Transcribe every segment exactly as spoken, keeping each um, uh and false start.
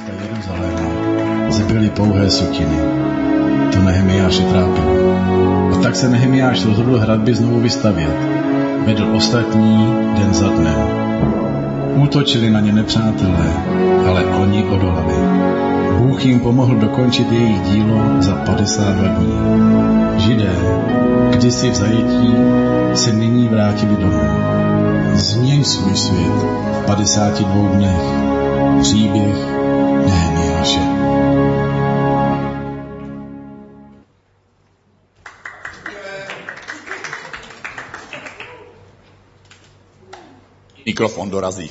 města Jeruzaléma zbyly pouhé sutiny. To Nehemiáše trápilo. A tak se Nehemiáš rozhodl hradby znovu vystavět. Vedl ostatní den za dnem. Útočili na ně nepřátelé, ale oni odolali. Bůh jim pomohl dokončit jejich dílo za padesát dva dní. Židé, kdysi v zajetí, se nyní vrátili domů. Změň svůj svět v padesáti dvou dnech. Příběh Nehemiáše. Mikrofon dorazí.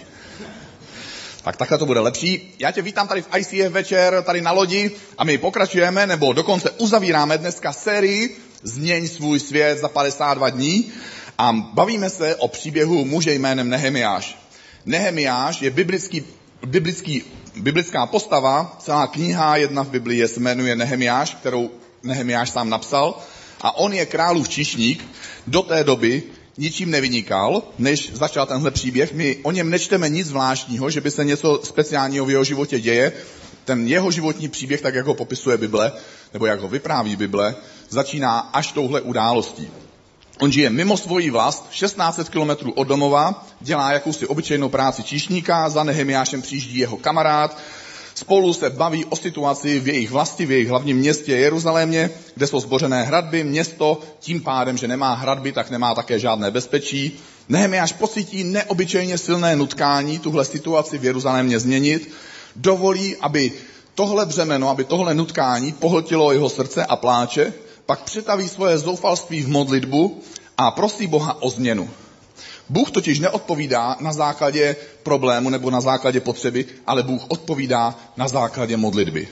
Tak takhle to bude lepší. Já tě vítám tady v I C F večer, tady na lodi a my pokračujeme, nebo dokonce uzavíráme dneska sérii Změň svůj svět za padesát dva dní a bavíme se o příběhu muže jménem Nehemiáš. Nehemiáš je biblický, biblický, biblická postava, celá kniha jedna v Biblii se jmenuje Nehemiáš, kterou Nehemiáš sám napsal a on je králův číšník. Do té doby ničím nevynikal, než začal tenhle příběh. My o něm nečteme nic zvláštního, že by se něco speciálního v jeho životě děje. Ten jeho životní příběh, tak jak ho popisuje Bible, nebo jak ho vypráví Bible, začíná až touhle událostí. On žije mimo svoji vlast, šestnáct set kilometrů od domova, dělá jakousi obyčejnou práci číšníka, za Nehemiášem přijíždí jeho kamarád, spolu se baví o situaci v jejich vlasti, v jejich hlavním městě Jeruzalémě, kde jsou zbořené hradby. Město tím pádem, že nemá hradby, tak nemá také žádné bezpečí. Nehemiáš pocítí neobyčejně silné nutkání tuhle situaci v Jeruzalémě změnit. Dovolí, aby tohle břemeno, aby tohle nutkání pohltilo jeho srdce a pláče, pak přetaví svoje zoufalství v modlitbu a prosí Boha o změnu. Bůh totiž neodpovídá na základě problému nebo na základě potřeby, ale Bůh odpovídá na základě modlitby.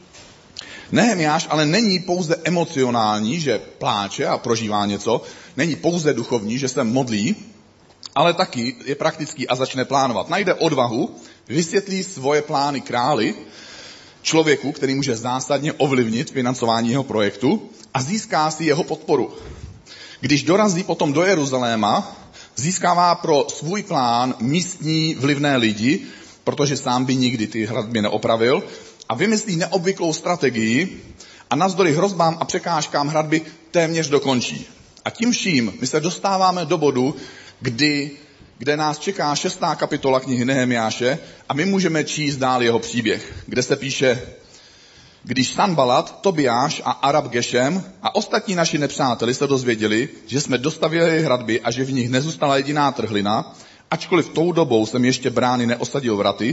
Nehemiáš ale není pouze emocionální, že pláče a prožívá něco, není pouze duchovní, že se modlí, ale taky je praktický a začne plánovat. Najde odvahu, vysvětlí svoje plány králi, člověku, který může zásadně ovlivnit financování jeho projektu a získá si jeho podporu. Když dorazí potom do Jeruzaléma, získává pro svůj plán místní vlivné lidi, protože sám by nikdy ty hradby neopravil, a vymyslí neobvyklou strategii a navzdory hrozbám a překážkám hradby téměř dokončí. A tím vším my se dostáváme do bodu, kdy, kde nás čeká šestá kapitola knihy Nehemiáše a my můžeme číst dál jeho příběh, kde se píše: Když Sanbalat, Tobiáš a Arab Gešem a ostatní naši nepřáteli se dozvěděli, že jsme dostavěli hradby a že v nich nezůstala jediná trhlina, ačkoliv tou dobou jsem ještě brány neosadil vraty,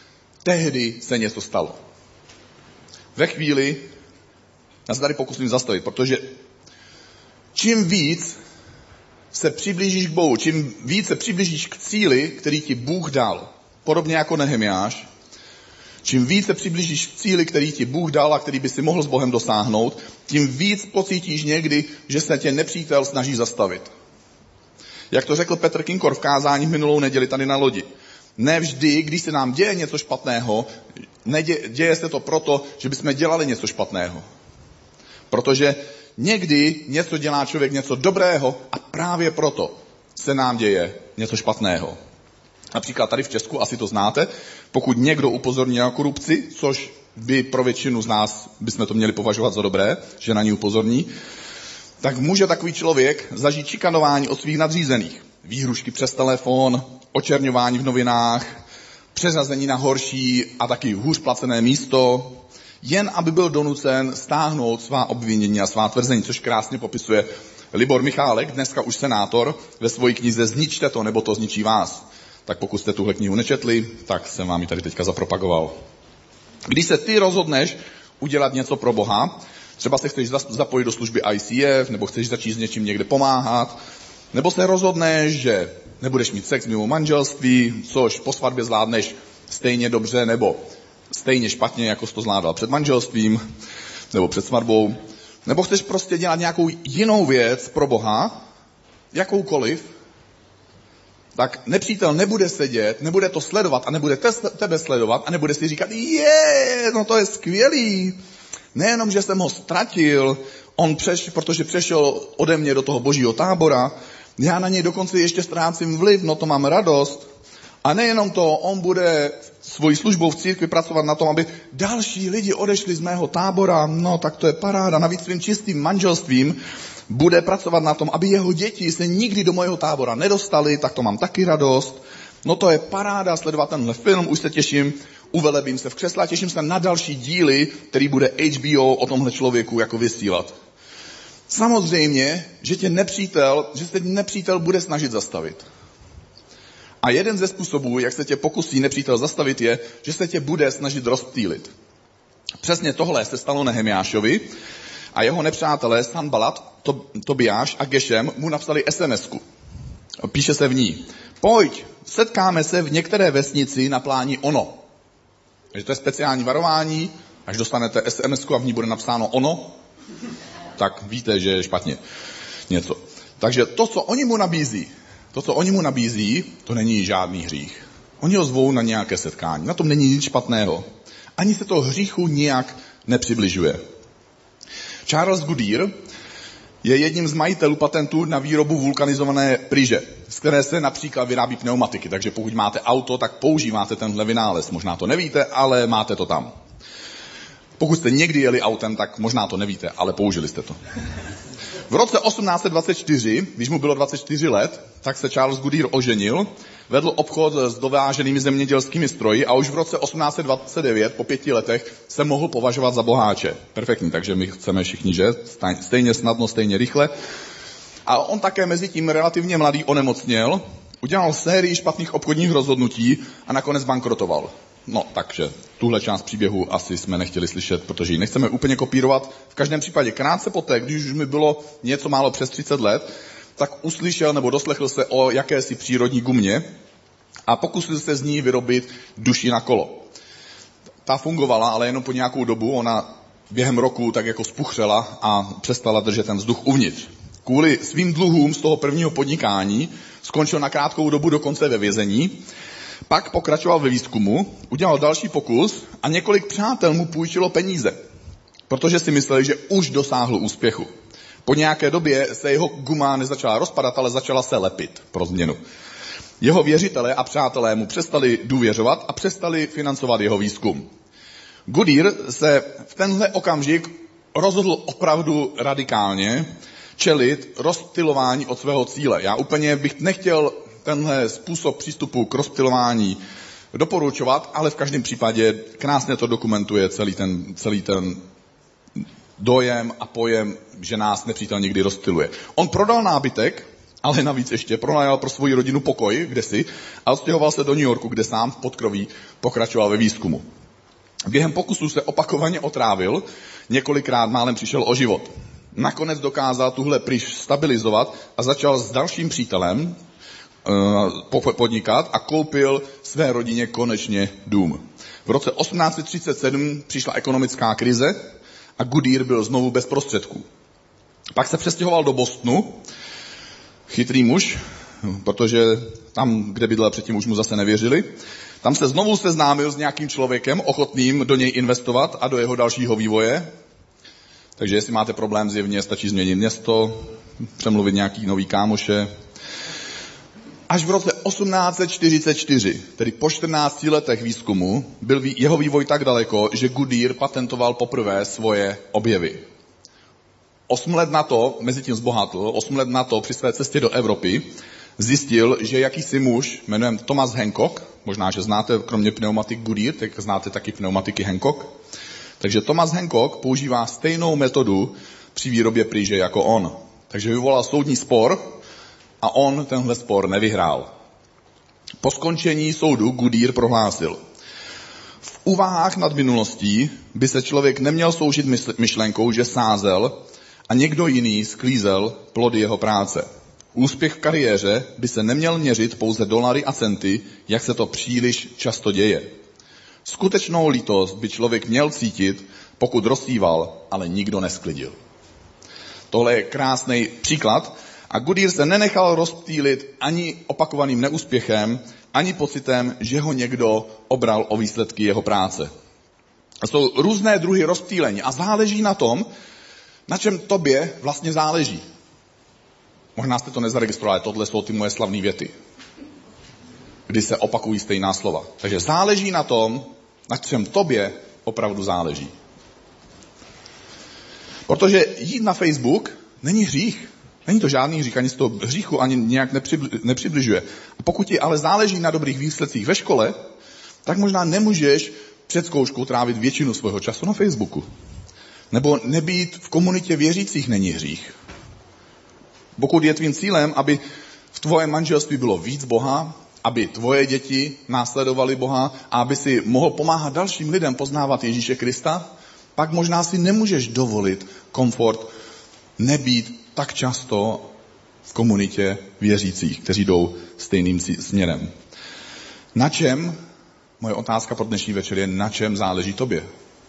tehdy se něco stalo. Ve chvíli, já se tady pokusím zastavit, protože čím víc se přiblížíš k Bohu, čím víc se přiblížíš k cíli, který ti Bůh dal, podobně jako Nehemiáš, čím víc se přiblížíš k cíli, který ti Bůh dal a který by si mohl s Bohem dosáhnout, tím víc pocítíš někdy, že se tě nepřítel snaží zastavit. Jak to řekl Petr Kinkor v kázání v minulou neděli tady na lodi. Ne vždy, když se nám děje něco špatného, neděje, děje se to proto, že bychom dělali něco špatného. Protože někdy něco dělá člověk něco dobrého a právě proto se nám děje něco špatného. Například tady v Česku, asi to znáte, pokud někdo upozorní na korupci, což by pro většinu z nás bychom to měli považovat za dobré, že na ní upozorní, tak může takový člověk zažít šikanování od svých nadřízených. Výhrušky přes telefon, očerňování v novinách, přeřazení na horší a taky hůř placené místo, jen aby byl donucen stáhnout svá obvinění a svá tvrzení, což krásně popisuje Libor Michálek, dneska už senátor, ve své knize Zničte to, nebo to zničí vás. Tak pokud jste tuhle knihu nečetli, tak jsem vám ji tady teďka zapropagoval. Když se ty rozhodneš udělat něco pro Boha, třeba se chceš zapojit do služby I C F, nebo chceš začít s něčím někde pomáhat, nebo se rozhodneš, že nebudeš mít sex mimo manželství, což po svatbě zvládneš stejně dobře, nebo stejně špatně, jako jsi to zvládal před manželstvím, nebo před svatbou, nebo chceš prostě dělat nějakou jinou věc pro Boha, jakoukoliv, tak nepřítel nebude sedět, nebude to sledovat a nebude te, tebe sledovat a nebude si říkat, je, no to je skvělý. Nejenom, že jsem ho ztratil, on přeš, protože přešel ode mě do toho božího tábora, já na něj dokonce ještě ztrácím vliv, no to mám radost. A nejenom to, on bude svojí službou v církvi pracovat na tom, aby další lidi odešli z mého tábora, no tak to je paráda. Navíc svým čistým manželstvím bude pracovat na tom, aby jeho děti se nikdy do mého tábora nedostali, tak to mám taky radost. No to je paráda sledovat tenhle film, už se těším, uvelebím se v křesle a těším se na další díly, který bude H B O o tomhle člověku jako vysílat. Samozřejmě, že tě nepřítel, že se nepřítel bude snažit zastavit. A jeden ze způsobů, jak se tě pokusí nepřítel zastavit, je, že se tě bude snažit rozptýlit. Přesně tohle se stalo Nehemiášovi a jeho nepřátelé Sanbalat, Tobiáš a Gešem mu napsali es em esku. Píše se v ní: pojď, setkáme se v některé vesnici na pláni ono. Takže to je speciální varování, až dostanete es em esku a v ní bude napsáno ono, tak víte, že je špatně něco. Takže to, co oni mu nabízí, to, co oni mu nabízí, to není žádný hřích. Oni ho zvou na nějaké setkání, na tom není nic špatného. Ani se to hříchu nijak nepřibližuje. Charles Goodyear je jedním z majitelů patentů na výrobu vulkanizované pryže, z které se například vyrábí pneumatiky. Takže pokud máte auto, tak používáte tenhle vynález. Možná to nevíte, ale máte to tam. Pokud jste někdy jeli autem, tak možná to nevíte, ale použili jste to. V roce osmnáct set dvacet čtyři, když mu bylo dvacet čtyři let, tak se Charles Goodyear oženil, vedl obchod s dováženými zemědělskými stroji a už v roce osmnáct set dvacet devět, po pěti letech, se mohl považovat za boháče. Perfektní, takže my chceme všichni, že? Stejně snadno, stejně rychle. A on také mezi tím relativně mladý onemocněl, udělal sérii špatných obchodních rozhodnutí a nakonec bankrotoval. No, takže tuhle část příběhu asi jsme nechtěli slyšet, protože ji nechceme úplně kopírovat. V každém případě krátce poté, když už mi bylo něco málo přes třicet let, tak uslyšel nebo doslechl se o jakési přírodní gumě a pokusil se z ní vyrobit duši na kolo. Ta fungovala, ale jenom po nějakou dobu, ona během roku tak jako spuchřela a přestala držet ten vzduch uvnitř. Kvůli svým dluhům z toho prvního podnikání skončil na krátkou dobu dokonce ve vězení. Pak pokračoval ve výzkumu, udělal další pokus a několik přátel mu půjčilo peníze, protože si mysleli, že už dosáhl úspěchu. Po nějaké době se jeho guma nezačala rozpadat, ale začala se lepit pro změnu. Jeho věřitelé a přátelé mu přestali důvěřovat a přestali financovat jeho výzkum. Goodyear se v tenhle okamžik rozhodl opravdu radikálně čelit rozptylování od svého cíle. Já úplně bych nechtěl tenhle způsob přístupu k rozptylování doporučovat, ale v každém případě krásně to dokumentuje celý ten, celý ten dojem a pojem, že nás nepřítel někdy rozptyluje. On prodal nábytek, ale navíc ještě pronajal pro svoji rodinu pokoj kdesi a odstěhoval se do New Yorku, kde sám v podkroví pokračoval ve výzkumu. Během pokusu se opakovaně otrávil, několikrát málem přišel o život. Nakonec dokázal tuhle pryč stabilizovat a začal s dalším přítelem podnikat a koupil své rodině konečně dům. V roce osmnáct set třicet sedm přišla ekonomická krize a Goodyear byl znovu bez prostředků. Pak se přestěhoval do Bostonu, chytrý muž, protože tam, kde bydlel předtím, už mu zase nevěřili. Tam se znovu seznámil s nějakým člověkem, ochotným do něj investovat a do jeho dalšího vývoje. Takže jestli máte problém, zjevně stačí změnit město, přemluvit nějaký nový kámoše. Až v roce osmnáct set čtyřicet čtyři, tedy po čtrnácti letech výzkumu, byl jeho vývoj tak daleko, že Goodyear patentoval poprvé svoje objevy. Osm let na to, mezi tím zbohatl, osm let na to při své cestě do Evropy zjistil, že jakýsi muž, jmenujem Thomas Hancock, možná, že znáte kromě pneumatik Goodyear, tak znáte taky pneumatiky Hancock. Takže Thomas Hancock používá stejnou metodu při výrobě pryže jako on. Takže vyvolal soudní spor a on tenhle spor nevyhrál. Po skončení soudu Goodyear prohlásil: v úvahách nad minulostí by se člověk neměl sloužit myšlenkou, že sázel a někdo jiný sklízel plody jeho práce. Úspěch v kariéře by se neměl měřit pouze dolary a centy, jak se to příliš často děje. Skutečnou lítost by člověk měl cítit, pokud rozsíval, ale nikdo nesklidil. Tohle je krásný příklad a Goodyear se nenechal rozptýlit ani opakovaným neúspěchem, ani pocitem, že ho někdo obral o výsledky jeho práce. Jsou různé druhy rozptýlení a záleží na tom, na čem tobě vlastně záleží. Možná jste to nezaregistrovali, tohle jsou ty moje slavné věty. kdy se opakují stejná slova. Takže záleží na tom, na čem tobě opravdu záleží. Protože jít na Facebook není hřích. Není to žádný hřích, ani z toho hříchu ani nějak nepřibli, nepřibližuje. A pokud ti ale záleží na dobrých výsledcích ve škole, tak možná nemůžeš před zkouškou trávit většinu svého času na Facebooku. Nebo nebýt v komunitě věřících není hřích. Pokud je tvým cílem, aby v tvojem manželství bylo víc Boha, aby tvoje děti následovaly Boha a aby si mohl pomáhat dalším lidem poznávat Ježíše Krista, pak možná si nemůžeš dovolit komfort nebýt tak často v komunitě věřících, kteří jdou stejným směrem. Na čem, moje otázka pro dnešní večer je, na čem záleží tobě?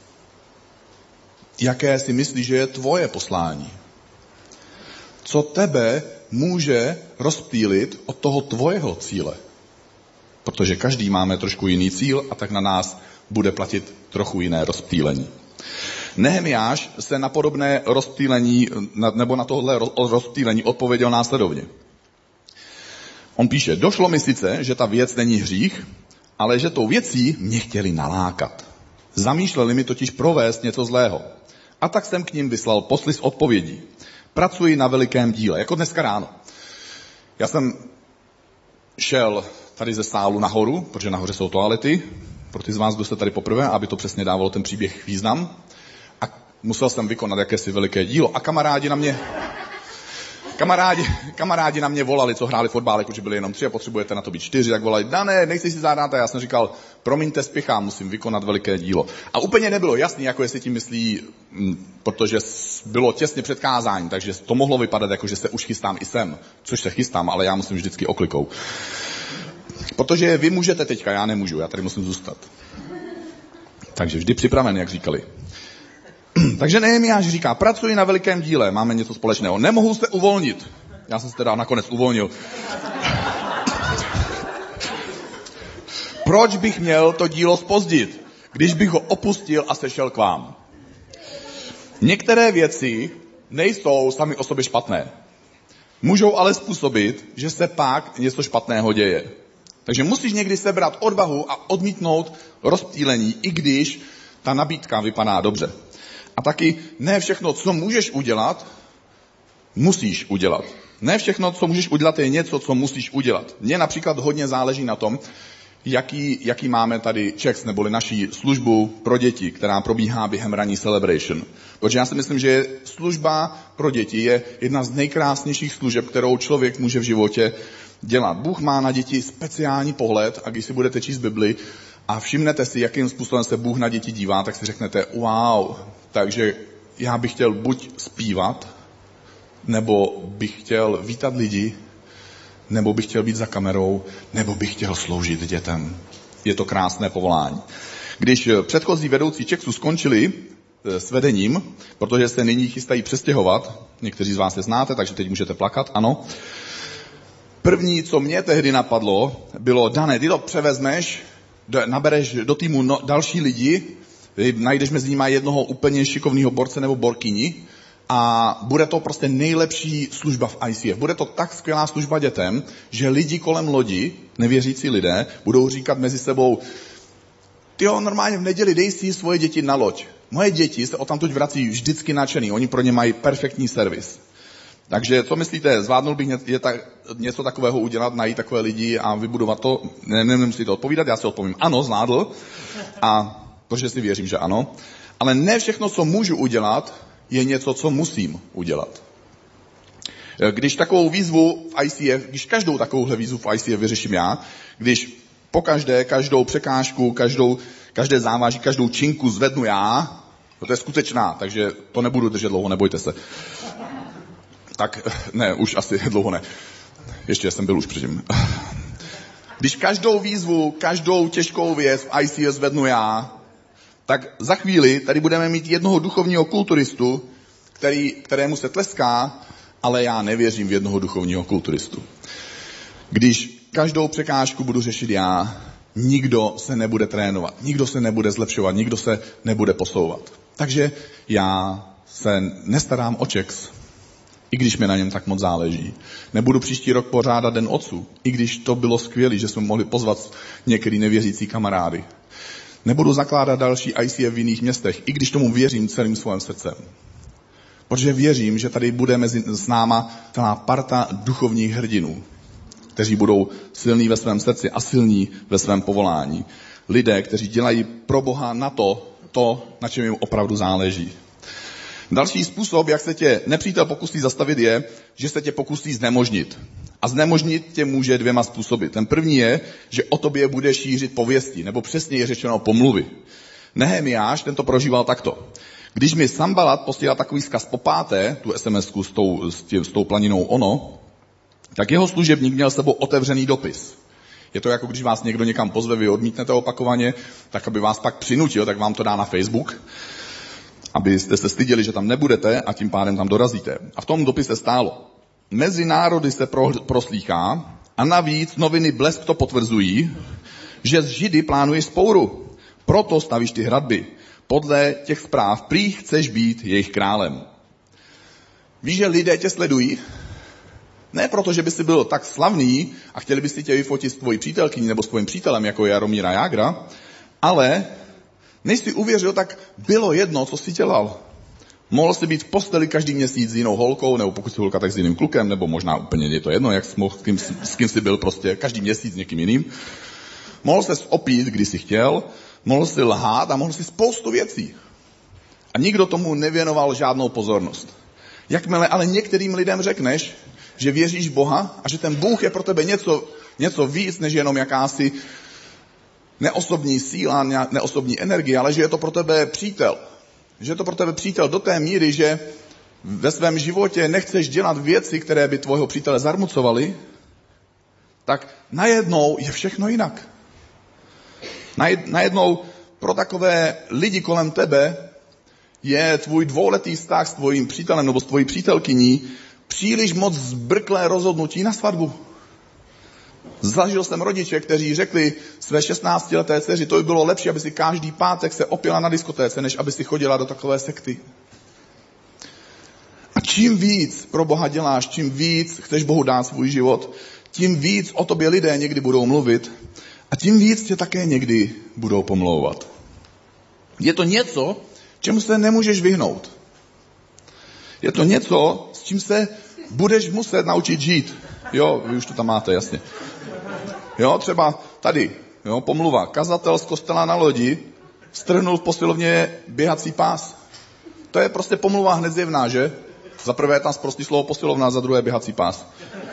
Jaké si myslíš, že je tvoje poslání? Co tebe může rozptýlit od toho tvojeho cíle? Protože každý máme trošku jiný cíl a tak na nás bude platit trochu jiné rozptýlení. Nehemiáš se na podobné rozptýlení, nebo na tohle rozptýlení odpověděl následovně. On píše, došlo mi sice, že ta věc není hřích, ale že tou věcí mě chtěli nalákat. Zamýšleli mi totiž provést něco zlého. A tak jsem k ním vyslal posly s odpovědí. Pracuji na velikém díle, jako dneska ráno. Já jsem šel tady ze sálu nahoru, protože nahoře jsou toalety, pro ty z vás, kdo jste tady poprvé, aby to přesně dávalo ten příběh význam. A musel jsem vykonat jakési veliké dílo. A kamarádi na mě, kamarádi, kamarádi na mě volali, co hráli fotbal, jakože byli jenom tři a potřebujete na to být čtyři, tak volali, Dané, nechci si zahrát. A já jsem říkal, promiňte, spěchám, musím vykonat veliké dílo. A úplně nebylo jasný, jako jestli tím myslí, protože bylo těsně před kázáním, takže to mohlo vypadat jako, že se už chystám i sem, což se chystám, ale já musím vždycky oklikou. Protože vy můžete teďka, já nemůžu, já tady musím zůstat. Takže vždy připraven, jak říkali. Takže Nehemiáš říká, pracuji na velikém díle, máme něco společného, nemohu se uvolnit. Já jsem se teda nakonec uvolnil. Proč bych měl to dílo zpozdit, když bych ho opustil a sešel k vám? Některé věci nejsou sami o sobě špatné. Můžou ale způsobit, že se pak něco špatného děje. Takže musíš někdy sebrat odvahu a odmítnout rozptýlení, i když ta nabídka vypadá dobře. A taky ne všechno, co můžeš udělat, musíš udělat. Ne všechno, co můžeš udělat, je něco, co musíš udělat. Mně například hodně záleží na tom, jaký, jaký máme tady čex, neboli naší službu pro děti, která probíhá během ranní celebration. Protože já si myslím, že služba pro děti je jedna z nejkrásnějších služeb, kterou člověk může v životě dělat. Bůh má na děti speciální pohled a když si budete číst Bibli a všimnete si, jakým způsobem se Bůh na děti dívá, tak si řeknete, wow, takže já bych chtěl buď zpívat, nebo bych chtěl vítat lidi, nebo bych chtěl být za kamerou, nebo bych chtěl sloužit dětem. Je to krásné povolání. Když předchozí vedoucí Čeksu skončili s vedením, protože se nyní chystají přestěhovat, někteří z vás je znáte, takže teď můžete plakat, ano. První, co mě tehdy napadlo, bylo, Dané, ty to převezmeš, nabereš do týmu no, další lidi, najdeš mezi nimi jednoho úplně šikovného borce nebo borkyni a bude to prostě nejlepší služba v I C F. Bude to tak skvělá služba dětem, že lidi kolem lodi, nevěřící lidé, budou říkat mezi sebou, tyjo, normálně v neděli dej si svoje děti na loď. Moje děti se odtamtud vrací vždycky nadšený, oni pro ně mají perfektní servis. Takže co myslíte, zvládnul bych ně, tak, něco takového udělat, najít takové lidi a vybudovat to? Ne, nemusíte odpovídat, já si odpovím, ano, zvládl. A protože si věřím, že ano. Ale ne všechno, co můžu udělat, je něco, co musím udělat. Když takovou výzvu v I C F, když každou takovouhle výzvu v I C F vyřeším já, když pokaždé, každou překážku, každou, každé závaží, každou činku zvednu já, to je skutečná, takže to nebudu držet dlouho, nebojte se. Tak ne, už asi dlouho ne. Ještě jsem byl už předtím. Když každou výzvu, každou těžkou věc v I C S zvednu já, tak za chvíli tady budeme mít jednoho duchovního kulturistu, který, kterému se tleská, ale já nevěřím v jednoho duchovního kulturistu. Když každou překážku budu řešit já, nikdo se nebude trénovat, nikdo se nebude zlepšovat, nikdo se nebude posouvat. Takže já se nestarám o čex. i když mi na něm tak moc záleží. Nebudu příští rok pořádat Den otců, i když to bylo skvělé, že jsme mohli pozvat některý nevěřící kamarády. Nebudu zakládat další I C F v jiných městech, i když tomu věřím celým svým srdcem. Protože věřím, že tady bude mezi s náma celá parta duchovních hrdinů, kteří budou silní ve svém srdci a silní ve svém povolání. Lidé, kteří dělají pro Boha na to, to, na čem jim opravdu záleží. Další způsob, jak se tě nepřítel pokusí zastavit, je, že se tě pokusí znemožnit. A znemožnit tě může dvěma způsoby. Ten první je, že o tobě bude šířit pověsti, nebo přesněji řečeno pomluvy. Nehemiáš ten to prožíval takto. Když mi Sanbalat posílal takový vzkaz po páté, tu es em esku s tou, s, tě, s tou planinou Ono, tak jeho služebník měl s sebou otevřený dopis. Je to jako když vás někdo někam pozve, vy odmítnete opakovaně, tak aby vás pak přinutil, tak vám to dá na Facebook, abyste se styděli, že tam nebudete a tím pádem tam dorazíte. A v tom dopise stálo: mezi národy se pro, proslýchá a navíc noviny Blesk to potvrzují, že z Židy plánuješ spouru. Proto stavíš ty hradby. Podle těch zpráv prý chceš být jejich králem. Víš, že lidé tě sledují? Ne proto, že by si byl tak slavný a chtěli by si tě vyfotit s tvojí přítelkyní nebo s tvojím přítelem, jako je Jaromíra Jágra, ale než jsi uvěřil, tak bylo jedno, co jsi dělal. Mohl jsi být v posteli každý měsíc s jinou holkou, nebo pokud jsi holka, tak s jiným klukem, nebo možná úplně je to jedno, jak jsi mohl, s, kým, s kým jsi byl prostě každý měsíc s někým jiným. Mohl jsi opít, když jsi chtěl, mohl jsi lhát a mohl jsi spoustu věcí. A nikdo tomu nevěnoval žádnou pozornost. Jakmile ale některým lidem řekneš, že věříš Boha a že ten Bůh je pro tebe něco, něco víc, než jenom jakási neosobní síla, neosobní energie, ale že je to pro tebe přítel. Že je to pro tebe přítel do té míry, že ve svém životě nechceš dělat věci, které by tvojho přítele zarmucovaly, tak najednou je všechno jinak. Najednou pro takové lidi kolem tebe je tvůj dvouletý vztah s tvojím přítelem nebo s tvojí přítelkyní příliš moc zbrklé rozhodnutí na svatbu. Zažil jsem rodiče, kteří řekli své šestnáctileté dceři, to by bylo lepší, aby si každý pátek se opila na diskotéce, než aby si chodila do takové sekty. A čím víc pro Boha děláš, čím víc chceš Bohu dát svůj život, tím víc o tobě lidé někdy budou mluvit a tím víc tě také někdy budou pomlouvat. Je to něco, čemu se nemůžeš vyhnout. Je to něco, s čím se budeš muset naučit žít. Jo, vy už to tam máte, jasně. Jo, třeba tady, jo, pomluva. Kazatel z kostela na lodi strhnul v posilovně běhací pás. To je prostě pomluva hned zjevná, že? Za prvé je tam sprostý slovo posilovna, za druhé běhací pás.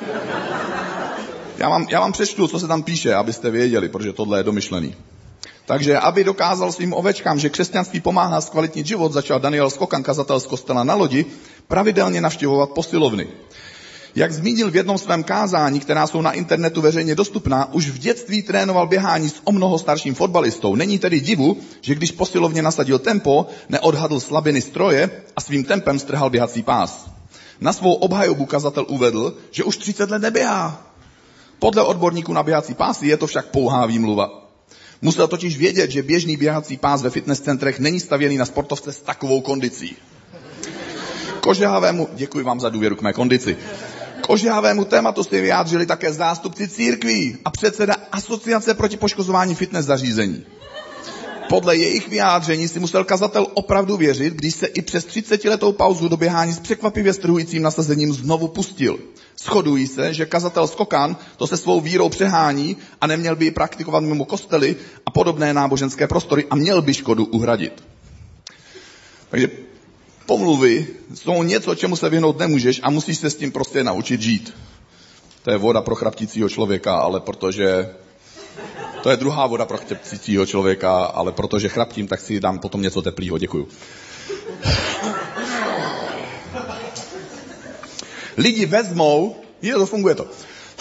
Já vám, já vám přečtu, co se tam píše, abyste věděli, protože tohle je domyšlený. Takže, aby dokázal svým ovečkám, že křesťanství pomáhá zkvalitnit život, začal Daniel Skokan, kazatel z kostela na lodi, pravidelně navštěvovat posilovny. Jak zmínil v jednom svém kázání, která jsou na internetu veřejně dostupná, už v dětství trénoval běhání s o mnoho starším fotbalistou. Není tedy divu, že když posilovně nasadil tempo, neodhadl slabiny stroje a svým tempem strhal běhací pás. Na svou obhajobu kazatel uvedl, že už třicet let neběhá. Podle odborníků na běhací pásy je to však pouhá výmluva. Musel totiž vědět, že běžný běhací pás ve fitness centrech není stavěný na sportovce s takovou kondicí. Kožehavému, děkuji vám za důvěru k mé kondici. Kožehavému tématu si vyjádřili také zástupci církví a předseda Asociace proti poškozování fitness zařízení. Podle jejich vyjádření si musel kazatel opravdu věřit, když se i přes třicetiletou pauzu do běhání s překvapivě strhujícím nasazením znovu pustil. Shodují se, že kazatel Skokan to se svou vírou přehání a neměl by ji praktikovat mimo kostely a podobné náboženské prostory a měl by škodu uhradit. Takže pomluvy jsou něco, čemu se vyhnout nemůžeš a musíš se s tím prostě naučit žít. To je voda pro chraptícího člověka, ale protože... To je druhá voda pro chraptícího člověka, ale protože chraptím, tak si dám potom něco teplýho. Děkuju. Lidi vezmou... Je, to funguje to.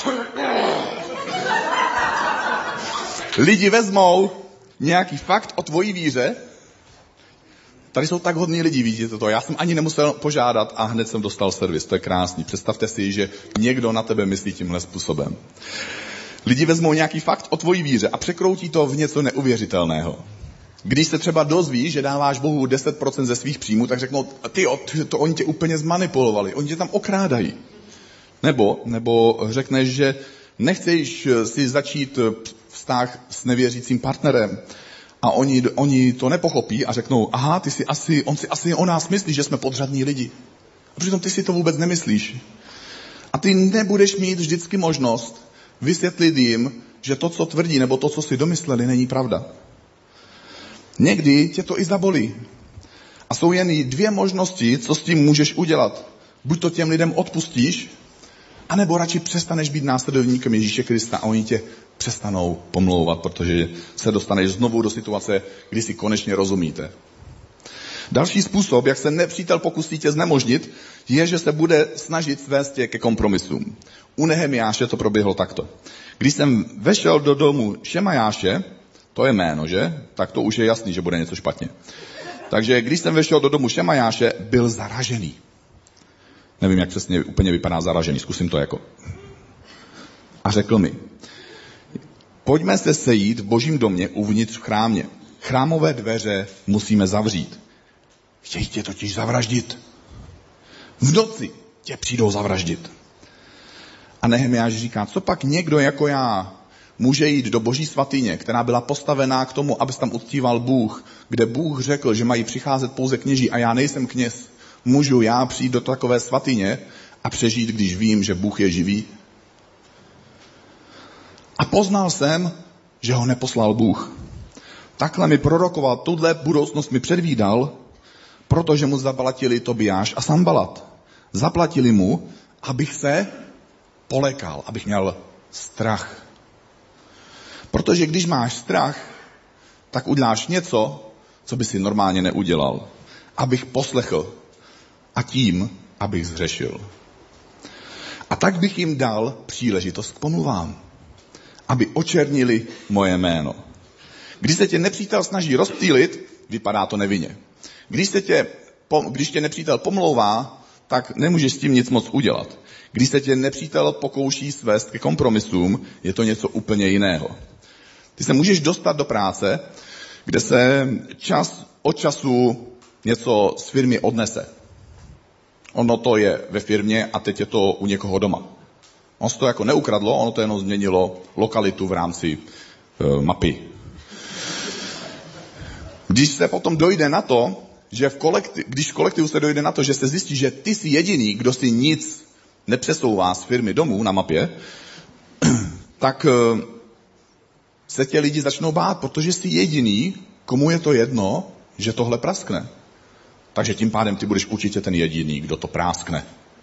Lidi vezmou nějaký fakt o tvojí víře. Tady jsou tak hodní lidi, vidíte to. Já jsem ani nemusel požádat a hned jsem dostal servis. To je krásný. Představte si, že někdo na tebe myslí tímhle způsobem. Lidi vezmou nějaký fakt o tvojí víře a překroutí to v něco neuvěřitelného. Když se třeba dozvíš, že dáváš Bohu deset procent ze svých příjmů, tak řeknou, ty, to oni tě úplně zmanipulovali, oni tě tam okrádají. Nebo, nebo řekneš, že nechceš si začít vztah s nevěřícím partnerem a oni, oni to nepochopí a řeknou, aha, ty si asi, on si asi o nás myslí, že jsme podřadní lidi. A přitom ty si to vůbec nemyslíš. A ty nebudeš mít vždycky možnost vysvětlit jim, že to, co tvrdí, nebo to, co si domysleli, není pravda. Někdy tě to i zabolí. A jsou jen dvě možnosti, co s tím můžeš udělat. Buď to těm lidem odpustíš, anebo radši přestaneš být následovníkem Ježíše Krista a oni tě přestanou pomlouvat, protože se dostaneš znovu do situace, kdy si konečně rozumíte. Další způsob, jak se nepřítel pokusí tě znemožnit, je, že se bude snažit svést tě ke kompromisům. U Nehemiáše to proběhlo takto. Když jsem vešel do domu Šemajáše, to je jméno, že? Tak to už je jasný, že bude něco špatně. Takže když jsem vešel do domu Šemajáše, byl zaražený. Nevím, jak přesně úplně vypadá zaražený, zkusím to jako. A řekl mi, pojďme se sejít v Božím domě uvnitř v chrámě. Chrámové dveře musíme zavřít. Chtějí tě totiž zavraždit. V noci tě přijdou zavraždit. A Nehemiáš říká, co pak někdo jako já může jít do Boží svatyně, která byla postavená k tomu, aby se tam uctíval Bůh, kde Bůh řekl, že mají přicházet pouze kněží a já nejsem kněz. Můžu já přijít do takové svatyně a přežít, když vím, že Bůh je živý? A poznal jsem, že ho neposlal Bůh. Takhle mi prorokoval, tuhle budoucnost mi předvídal, protože mu zaplatili Tobiáš a Sanbalat. Zaplatili mu, abych se polekal, abych měl strach. Protože když máš strach, tak uděláš něco, co by si normálně neudělal. Abych poslechl a tím, abych zhřešil. A tak bych jim dal příležitost k pomluvám, aby očernili moje jméno. Když se tě nepřítel snaží rozptýlit, vypadá to nevinně. Když, se tě, když tě nepřítel pomlouvá, tak nemůžeš s tím nic moc udělat. Když se tě nepřítel pokouší svést ke kompromisům, je to něco úplně jiného. Ty se můžeš dostat do práce, kde se čas od času něco z firmy odnese. Ono to je ve firmě a teď je to u někoho doma. Ono se to jako neukradlo, ono to jenom změnilo lokalitu v rámci e, mapy. Když se potom dojde na to, že v kolektiv, když v kolektivu se dojde na to, že se zjistí, že ty jsi jediný, kdo si nic nepřesouvá z firmy domů na mapě, tak e, se tě lidi začnou bát, protože jsi jediný, komu je to jedno, že tohle praskne. Takže tím pádem ty budeš určitě ten jediný, kdo to práskne.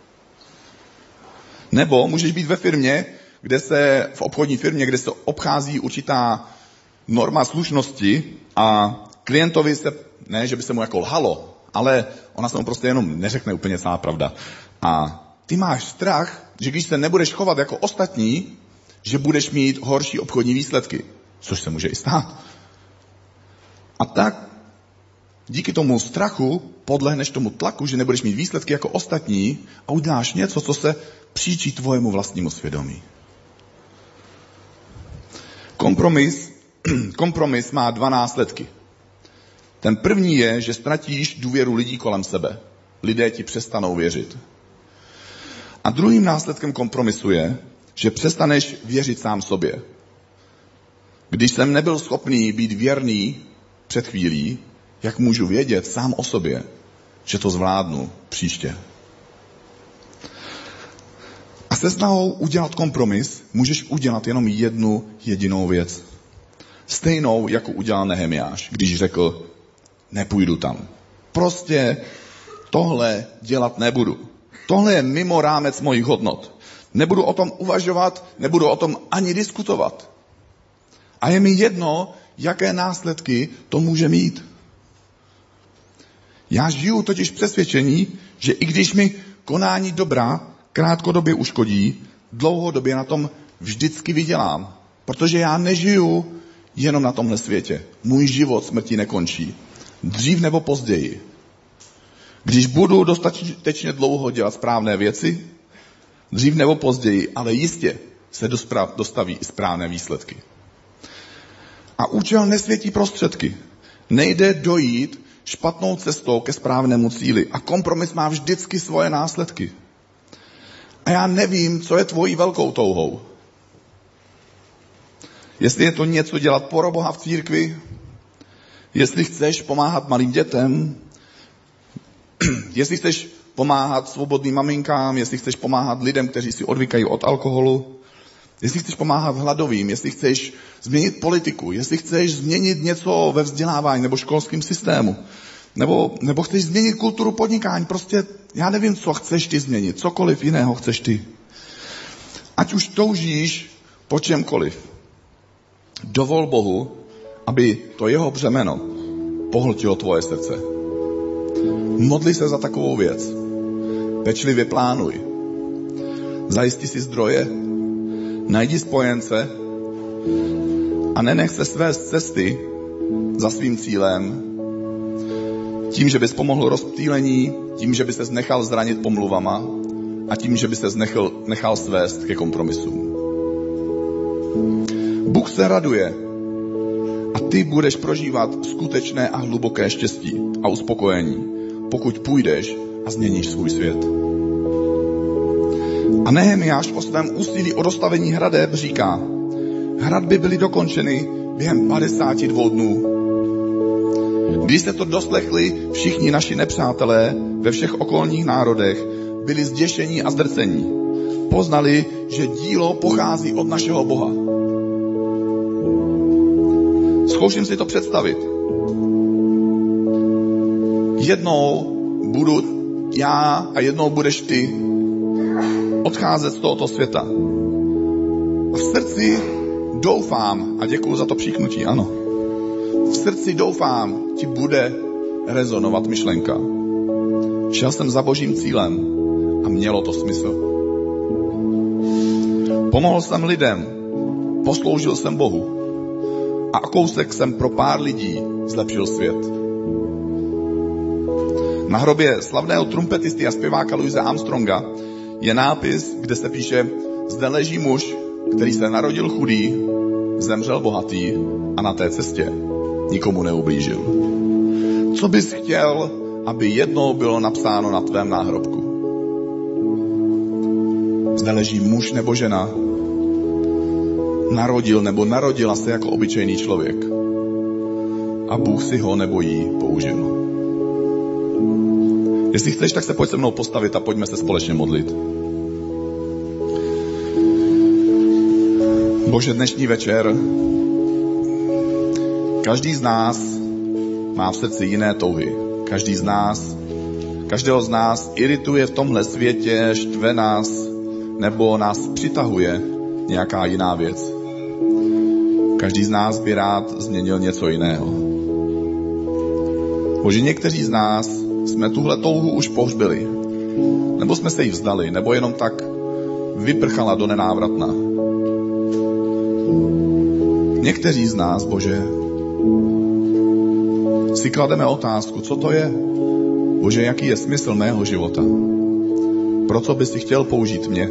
Nebo můžeš být ve firmě, kde se, v obchodní firmě, kde se obchází určitá norma slušnosti a klientovi se, ne, že by se mu jako lhalo, ale ona se mu prostě jenom neřekne úplně celá pravda. A ty máš strach, že když se nebudeš chovat jako ostatní, že budeš mít horší obchodní výsledky, což se může i stát. A tak díky tomu strachu podlehneš tomu tlaku, že nebudeš mít výsledky jako ostatní a uděláš něco, co se příčí tvojemu vlastnímu svědomí. Kompromis, kompromis má dva následky. Ten první je, že ztratíš důvěru lidí kolem sebe. Lidé ti přestanou věřit. A druhým následkem kompromisu je, že přestaneš věřit sám sobě. Když jsem nebyl schopný být věrný před chvílí, jak můžu vědět sám o sobě, že to zvládnu příště. A se snahou udělat kompromis můžeš udělat jenom jednu jedinou věc. Stejnou, jako udělal Nehemiáš, když řekl, nepůjdu tam. Prostě tohle dělat nebudu. Tohle je mimo rámec mojich hodnot. Nebudu o tom uvažovat, nebudu o tom ani diskutovat. A je mi jedno, jaké následky to může mít. Já žiju totiž přesvědčení, že i když mi konání dobra krátkodobě uškodí, dlouhodobě na tom vždycky vydělám. Protože já nežiju jenom na tomhle světě. Můj život smrti nekončí. Dřív nebo později. Když budu dostatečně dlouho dělat správné věci, dřív nebo později, ale jistě se dostaví i správné výsledky. A účel nesvětí prostředky. Nejde dojít špatnou cestou ke správnému cíli. A kompromis má vždycky svoje následky. A já nevím, co je tvojí velkou touhou. Jestli je to něco dělat pro Boha v církvi, jestli chceš pomáhat malým dětem, jestli chceš pomáhat svobodným maminkám, jestli chceš pomáhat lidem, kteří si odvykají od alkoholu, jestli chceš pomáhat hladovým, jestli chceš změnit politiku, jestli chceš změnit něco ve vzdělávání nebo školském systému, nebo, nebo chceš změnit kulturu podnikání, prostě já nevím, co chceš ty změnit, cokoliv jiného chceš ty. Ať už toužíš po čemkoliv. Dovol Bohu, aby to jeho břemeno pohltilo tvoje srdce. Modli se za takovou věc. Pečlivě plánuj. Zajistí si zdroje, najdi spojence a nenech se svést cesty za svým cílem tím, že bys pomohl rozptýlení, tím, že bys se nechal zranit pomluvama a tím, že bys se nechal, nechal svést ke kompromisům. Bůh se raduje a ty budeš prožívat skutečné a hluboké štěstí a uspokojení, pokud půjdeš a změníš svůj svět. A Nehemiáš o svém úsilí o dostavení hradeb říká, hradby byly dokončeny během padesáti dvou dnů. Když jste to doslechli, všichni naši nepřátelé ve všech okolních národech byli zděšení a zdrcení. Poznali, že dílo pochází od našeho Boha. Zkouším si to představit. Jednou budu já a jednou budeš ty odcházet z tohoto světa. A v srdci doufám, a děkuju za to příknutí, ano. V srdci doufám, ti bude rezonovat myšlenka. Šel jsem za Božím cílem a mělo to smysl. Pomohl jsem lidem, posloužil jsem Bohu a kousek jsem pro pár lidí zlepšil svět. Na hrobě slavného trumpetisty a zpěváka Louise Armstronga je nápis, kde se píše: zde leží muž, který se narodil chudý, zemřel bohatý a na té cestě nikomu neublížil. Co bys chtěl, aby jednou bylo napsáno na tvém náhrobku? Zde leží muž nebo žena, narodil nebo narodila se jako obyčejný člověk a Bůh si ho nebo jí použil. Jestli chceš, tak se pojď se mnou postavit a pojďme se společně modlit. Bože, dnešní večer každý z nás má v srdci jiné touhy. Každý z nás, každého z nás irituje v tomhle světě, štve nás nebo nás přitahuje nějaká jiná věc. Každý z nás by rád změnil něco jiného. Bože, někteří z nás jsme tuhle touhu už pohřbili, nebo jsme se jí vzdali, nebo jenom tak vyprchala do nenávratna. Někteří z nás, Bože, si klademe otázku, co to je? Bože, jaký je smysl mého života? Pro co bys si chtěl použít mě?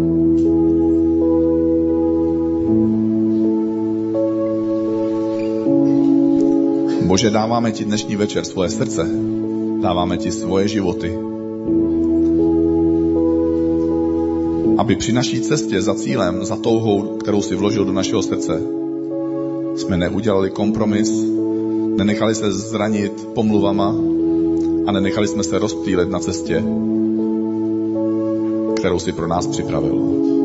Bože, dáváme ti dnešní večer svoje srdce, dáváme ti svoje životy, aby při naší cestě za cílem, za touhou, kterou si vložil do našeho srdce, jsme neudělali kompromis, nenechali se zranit pomluvama a nenechali jsme se rozptýlit na cestě, kterou si pro nás připravil.